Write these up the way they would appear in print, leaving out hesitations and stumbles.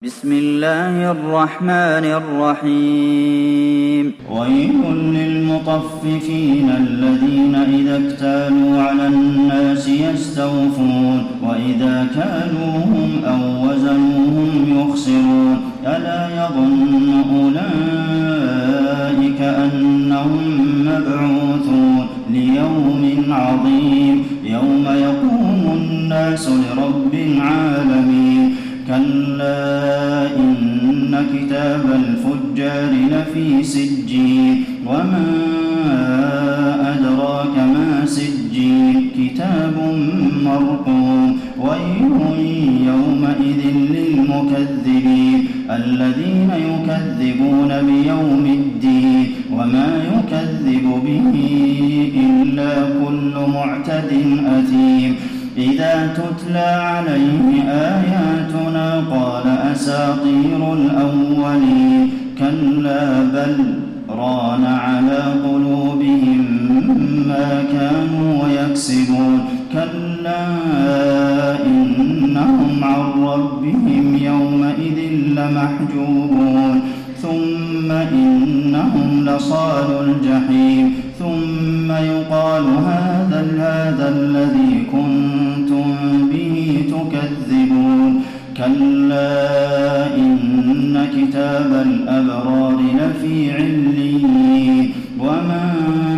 بسم الله الرحمن الرحيم ويل للمطففين الذين إذا اكتالوا على الناس يستوفون وإذا كالوهم أو وزنوهم يخسرون ألا يظن أولئك أنهم مبعوثون ليوم عظيم يوم يقوم الناس لرب العالمين كلا إن كتاب الفجار لفي سجين وما أدراك ما سجين كتاب مرقوم ويل يومئذ للمكذبين الذين يكذبون بيوم الدين وما يكذب به إلا كل معتد أثيم إذا تتلى عليه آياتنا قال أساطير الأولين كلا بل ران على قلوبهم ما كانوا يكسبون كلا إنهم عن ربهم يومئذ لمحجوبون ثم إنهم لصالوا الجحيم ثم يقال هذا الذي كنتم به تكذبون كلا إن كتاب الأبرار لفي عليين وما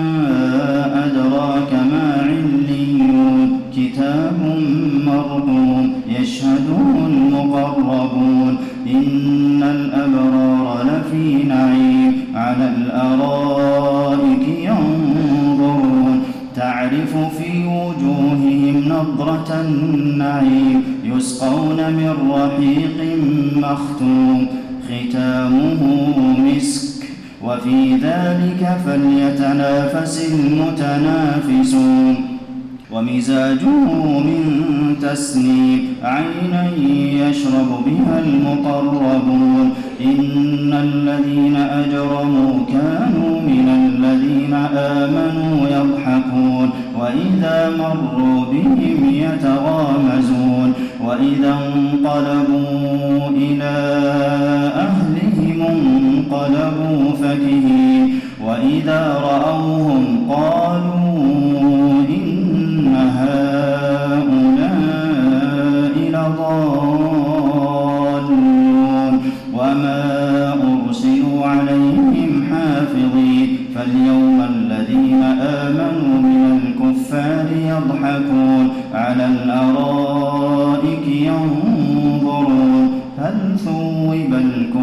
أدراك ما عليون كتاب مرقوم يشهده المقربون إن الأبرار لفي نعيم على الأرائك ينظرون تعرف في وجوههم نضرة النعيم يسقون من رحيق مختوم ختامه مسك وفي ذلك فليتنافس المتنافسون ومزاجه من تسنيم عينا يشرب بها المقربون إن الذين أجرموا كانوا من الذين آمنوا يضحكون وإذا مروا بهم يتغامزون وإذا انقلبوا إلى أهلهم انقلبوا فكهين وإذا رأوهم قالوا إن هؤلاء لضالون وما أرسلوا عليهم حافظين فاليوم الذين آمنوا من الكفار يضحكون على الأرائك ينظرون هل ثوب